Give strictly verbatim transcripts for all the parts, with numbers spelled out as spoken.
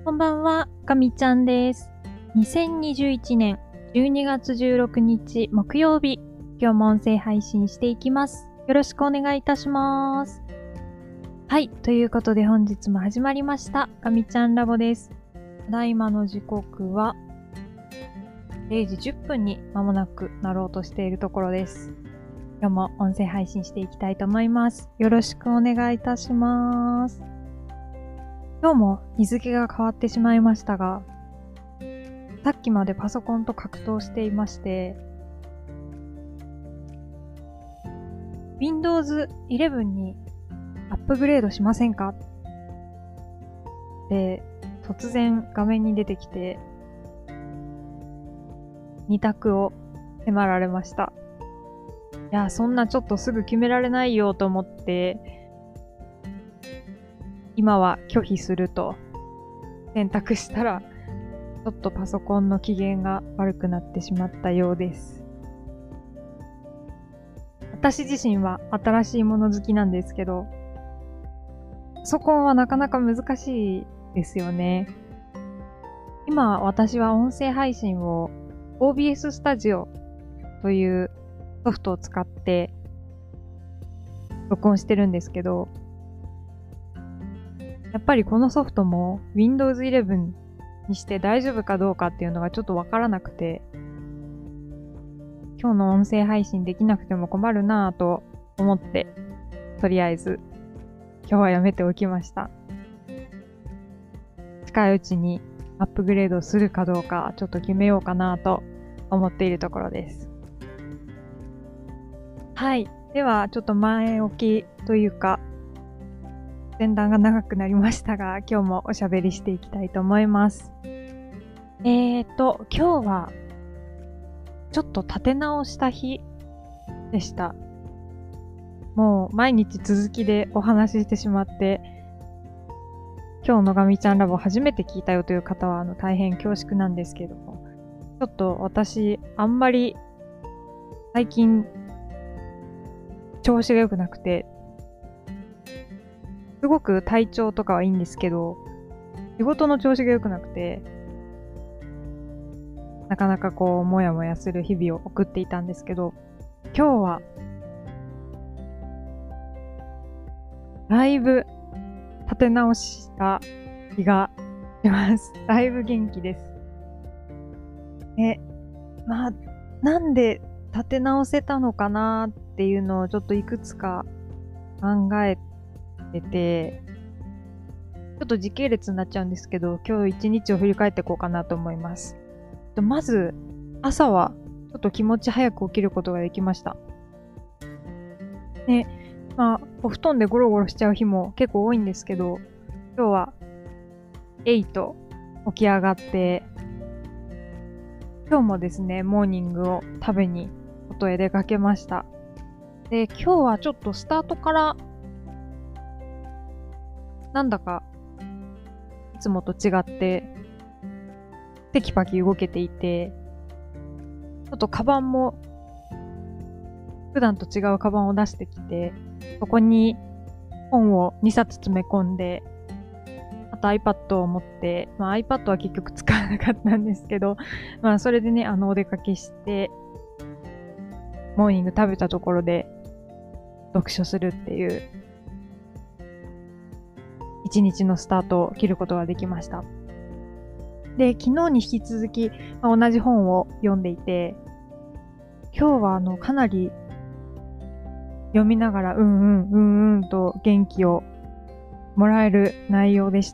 こんばんは、かみちゃんです。にせんにじゅういちねんじゅうにがつじゅうろくにち木曜日、今日も音声配信していきます。よろしくお願いいたします。はい、ということで本日も始まりました、かみちゃんラボです。ただいまの時刻はれいじじゅっぷんに間もなくなろうとしているところです。今日も音声配信していきたいと思います。よろしくお願いいたします。今日も日付が変わってしまいましたが、さっきまでパソコンと格闘していまして、ウィンドウズイレブン にアップグレードしませんかって突然画面に出てきて、に択を迫られました。いや、そんなちょっとすぐ決められないよと思って、今は拒否すると選択したら、ちょっとパソコンの機嫌が悪くなってしまったようです。私自身は新しいもの好きなんですけど、パソコンはなかなか難しいですよね。今私は音声配信を オービーエス スタジオというソフトを使って録音してるんですけど、やっぱりこのソフトも ウィンドウズイレブン にして大丈夫かどうかっていうのがちょっとわからなくて、今日の音声配信できなくても困るなぁと思って、とりあえず今日はやめておきました。近いうちにアップグレードするかどうかちょっと決めようかなと思っているところです。はい。ではちょっと前置きというか、前段が長くなりましたが、今日もおしゃべりしていきたいと思います。えーと、今日はちょっと立て直した日でした。もう毎日続きでお話ししてしまって、今日のガミちゃんラボ初めて聞いたよという方はあの大変恐縮なんですけれども、ちょっと私あんまり最近調子が良くなくて、すごく体調とかはいいんですけど、仕事の調子が良くなくて、なかなかこう、もやもやする日々を送っていたんですけど、今日は、だいぶ立て直した気がします。だいぶ元気です。え、まあ、なんで立て直せたのかなっていうのをちょっといくつか考えて、ててちょっと時系列になっちゃうんですけど、今日一日を振り返っていこうかなと思います。まず朝はちょっと気持ち早く起きることができました。で、まあお布団でゴロゴロしちゃう日も結構多いんですけど、今日はエイト起き上がって、今日もですねモーニングを食べに外へ出かけました。で、今日はちょっとスタートからなんだかいつもと違ってテキパキ動けていて、ちょっとカバンも普段と違うカバンを出してきて、そこに本をにさつ詰め込んで、あと iPad を持って、まあ iPad は結局使わなかったんですけど、まあそれでね、あのお出かけして、モーニング食べたところで読書するっていう一日のスタートを切ることができました。で、昨日に引き続き、まあ、同じ本を読んでいて、今日はあのかなり読みながらうんうんうんうんと元気をもらえる内容でした。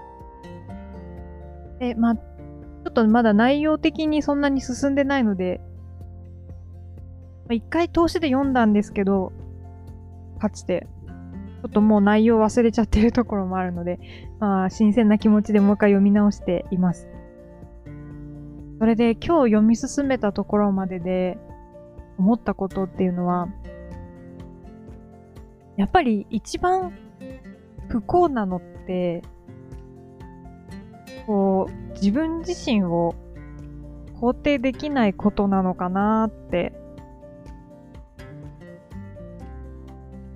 で、まあちょっとまだ内容的にそんなに進んでないので、一回通しで読んだんですけど、かつてちょっともう内容忘れちゃってるところもあるので、まあ、新鮮な気持ちでもう一回読み直しています。それで今日読み進めたところまでで思ったことっていうのは、やっぱり一番不幸なのって、こう、自分自身を肯定できないことなのかなって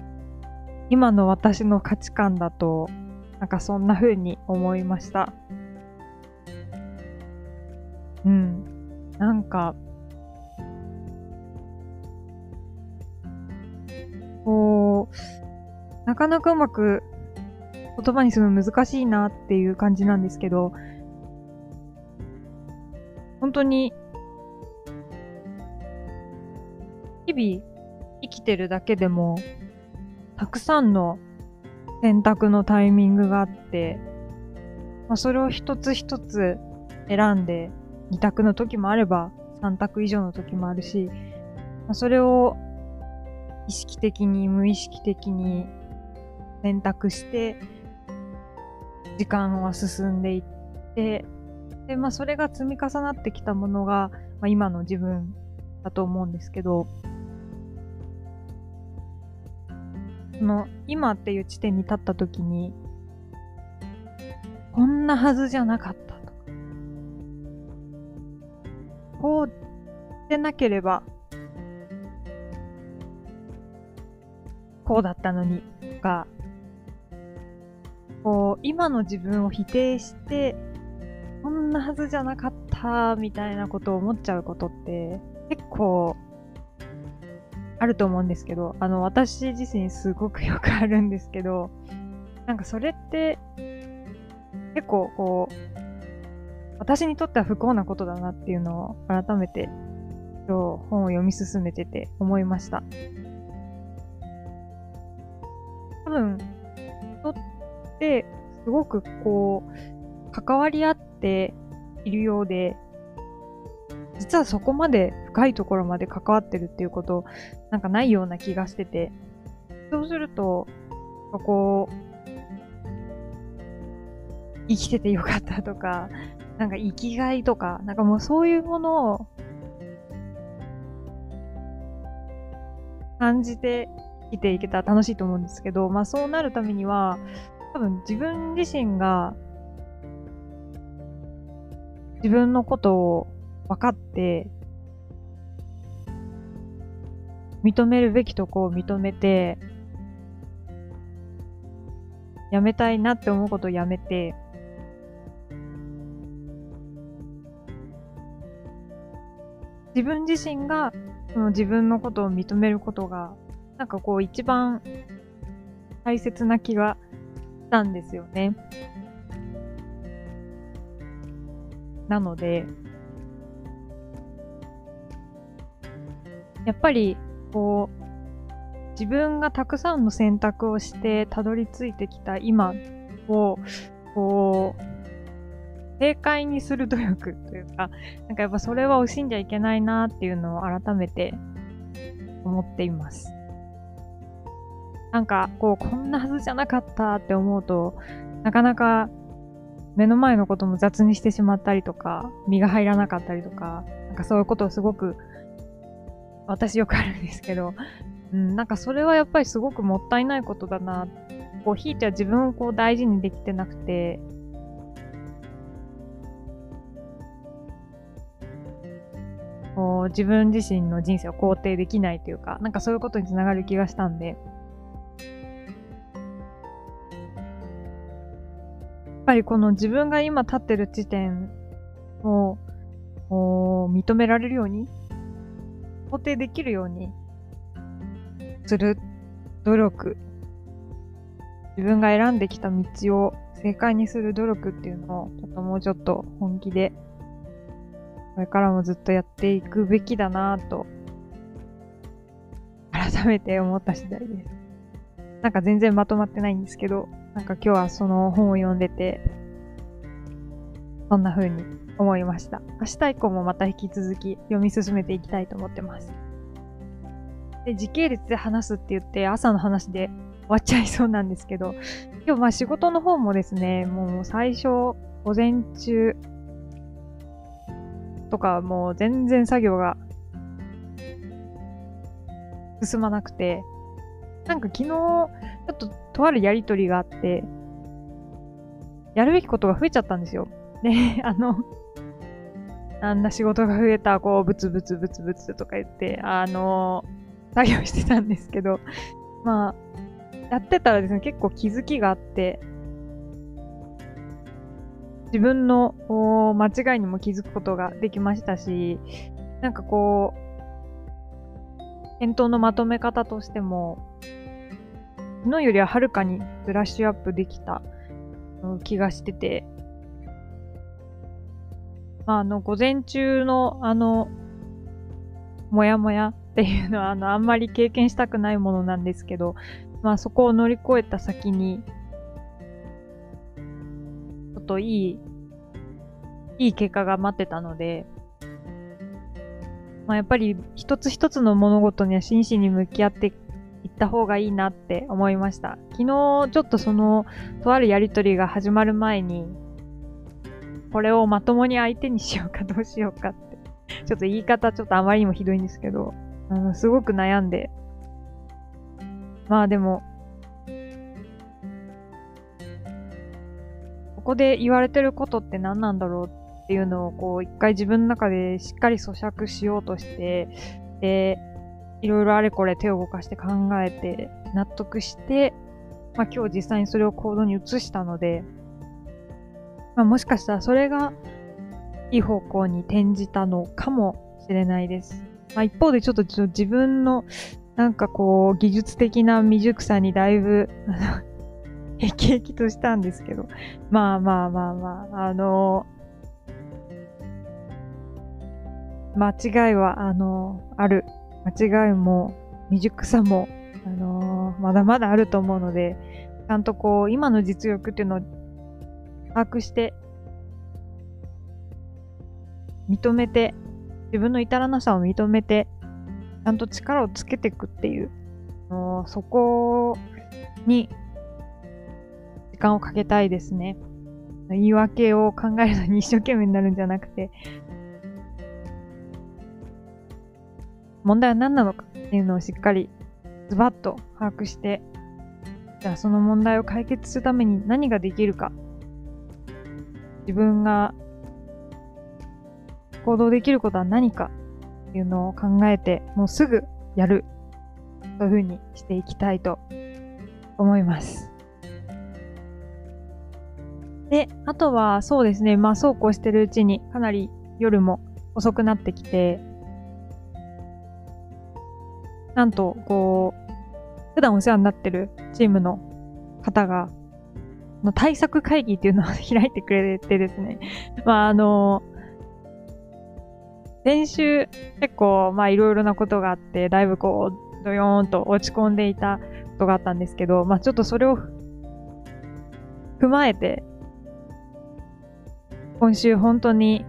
今の私の価値観だと、なんかそんな風に思いました。 うん。なんか、こう、なかなかうまく言葉にするの難しいなっていう感じなんですけど、本当に日々生きてるだけでも、たくさんの選択のタイミングがあって、まあ、それを一つ一つ選んで、二択の時もあれば、三択以上の時もあるし、まあ、それを意識的に無意識的に選択して、時間は進んでいって、で、まあそれが積み重なってきたものが、まあ、今の自分だと思うんですけど、その今っていう地点に立った時に、こんなはずじゃなかったとか、こうでなければこうだったのにとか、こう今の自分を否定してこんなはずじゃなかったみたいなことを思っちゃうことって結構あると思うんですけど、あの私自身すごくよくあるんですけど、なんかそれって結構こう私にとっては不幸なことだなっていうのを改めて今日本を読み進めてて思いました。多分人ってすごくこう関わり合っているようで、実はそこまで深いところまで関わってるっていうことなんかないような気がしてて、そうするとこう生きててよかったとか、なんか生きがいとか、なんかもうそういうものを感じて生きていけたら楽しいと思うんですけど、まあそうなるためには、多分自分自身が自分のことを分かって、認めるべきとこを認めて、やめたいなって思うことをやめて、自分自身がその自分のことを認めることが、なんかこう一番大切な気がしたんですよね。なので、やっぱりこう自分がたくさんの選択をしてたどり着いてきた今をこう正解にする努力というか、なんかやっぱそれは惜しんじゃいけないなっていうのを改めて思っています。なんかこうこんなはずじゃなかったって思うと、なかなか目の前のことも雑にしてしまったりとか、身が入らなかったりとか、なんかそういうことをすごく私よくあるんですけど、うん、なんかそれはやっぱりすごくもったいないことだな。こうひいては自分をこう大事にできてなくて、こう自分自身の人生を肯定できないというか、なんかそういうことにつながる気がしたんで、やっぱりこの自分が今立ってる地点を認められるように、肯定できるようにする努力、自分が選んできた道を正解にする努力っていうのをちょっともうちょっと本気でこれからもずっとやっていくべきだなぁと改めて思った次第です。なんか全然まとまってないんですけど、なんか今日はその本を読んでてそんな風に思いました。明日以降もまた引き続き読み進めていきたいと思ってます。で、時系列で話すって言って朝の話で終わっちゃいそうなんですけど、今日まあ仕事の方もですね、もう最初午前中とかもう全然作業が進まなくて、なんか昨日ちょっととあるやりとりがあって、やるべきことが増えちゃったんですよ。で、あの、あんな仕事が増えた、こう、ブツブツブツブツとか言って、あの、作業してたんですけど、まあ、やってたらですね、結構気づきがあって、 自分のこう間違いにも気づくことができましたし、なんかこう、検討のまとめ方としても、昨日よりははるかにブラッシュアップできたうん気がしてて、まあ、あの、午前中のあの、もやもやっていうのは、あの、あんまり経験したくないものなんですけど、まあ、そこを乗り越えた先に、ちょっといい、いい結果が待ってたので、まあ、やっぱり一つ一つの物事には真摯に向き合っていった方がいいなって思いました。昨日ちょっとその、とあるやりとりが始まる前に、これをまともに相手にしようかどうしようかって、ちょっと言い方ちょっとあまりにもひどいんですけど、あの、すごく悩んで、まあでも、ここで言われてることって何なんだろうっていうのをこう一回自分の中でしっかり咀嚼しようとして、で、いろいろあれこれ手を動かして考えて納得して、まあ今日実際にそれを行動に移したので、まあもしかしたらそれがいい方向に転じたのかもしれないです。まあ一方でちょっとちょっと自分のなんかこう技術的な未熟さにだいぶへきへきとしたんですけど、まあまあまあまあ、あの間違いは、あのある。間違いも未熟さも、あのまだまだあると思うので、ちゃんとこう、今の実力っていうのを把握して、認めて、自分の至らなさを認めて、ちゃんと力をつけていくっていう、あのそこに時間をかけたいですね。言い訳を考えるのに一生懸命になるんじゃなくて、問題は何なのかっていうのをしっかりズバッと把握して、じゃあその問題を解決するために何ができるか、自分が行動できることは何かっていうのを考えて、もうすぐやる。そういう風にしていきたいと思います。で、あとはそうですね、まあそうこうしてるうちにかなり夜も遅くなってきて、なんと、こう、普段お世話になってるチームの方が、の対策会議っていうのを開いてくれてですね。まあ、あの、先週結構、まあいろいろなことがあって、だいぶこう、ドヨーンと落ち込んでいたことがあったんですけど、まあちょっとそれを踏まえて、今週本当に、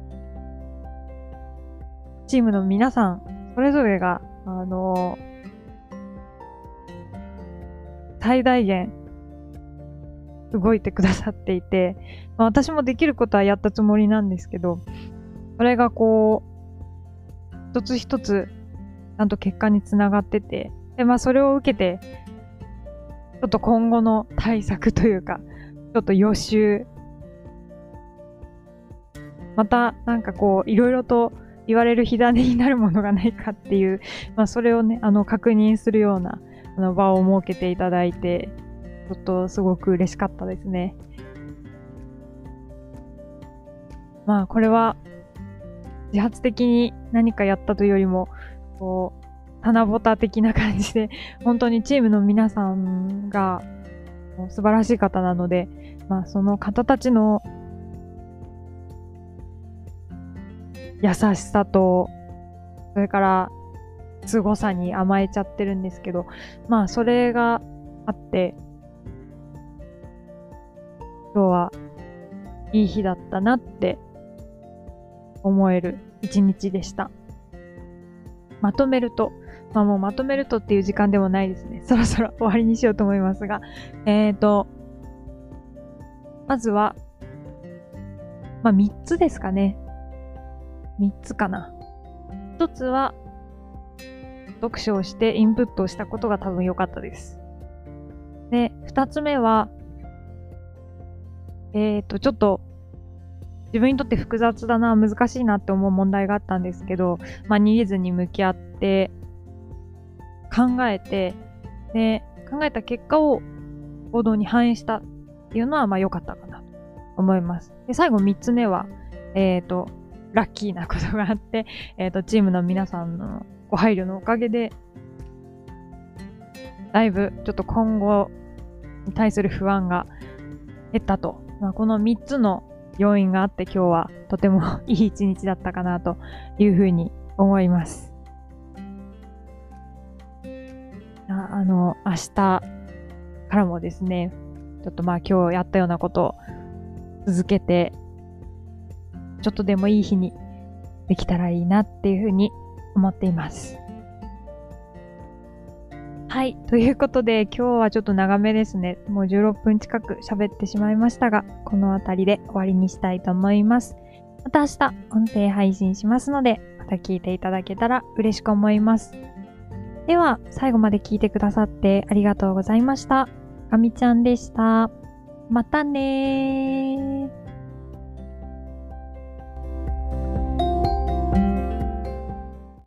チームの皆さん、それぞれが、あの、最大限動いてくださっていて、まあ、私もできることはやったつもりなんですけど、それがこう、一つ一つ、ちゃんと結果につながってて、で、まあそれを受けて、ちょっと今後の対策というか、ちょっと予習、またなんかこう、いろいろと言われる火種になるものがないかっていう、まあそれをね、あの、確認するようなあの場を設けていただいて、ちょっとすごく嬉しかったですね。まあこれは、自発的に何かやったというよりも、こう、棚ぼた的な感じで、本当にチームの皆さんが素晴らしい方なので、まあその方たちの優しさと、それから凄さに甘えちゃってるんですけど、まあそれがあって、今日はいい日だったなって思える一日でした。まとめると、まあもうまとめるとっていう時間でもないですね。そろそろ終わりにしようと思いますが、えーと、まずは、まあみっつですかね。みっつかな。ひとつは、読書をしてインプットをしたことが多分良かったです。で、ふたつめは、えーと、ちょっと、自分にとって複雑だな、難しいなって思う問題があったんですけど、まあ逃げずに向き合って、考えて、で、考えた結果を行動に反映したっていうのは、まあ良かったかなと思います。で、最後みっつめは、えっと、ラッキーなことがあって、えっと、チームの皆さんのご配慮のおかげで、だいぶちょっと今後に対する不安が減ったと。まあ、このみっつの要因があって今日はとてもいい一日だったかなというふうに思います。あ、あの、明日からもですね、ちょっとまあ今日やったようなことを続けて、ちょっとでもいい日にできたらいいなっていうふうに思っています。はい。ということで、今日はちょっと長めですね。もうじゅうろっぷん近く喋ってしまいましたが、このあたりで終わりにしたいと思います。また明日、音声配信しますので、また聞いていただけたら嬉しく思います。では、最後まで聞いてくださってありがとうございました。かみちゃんでした。またねー。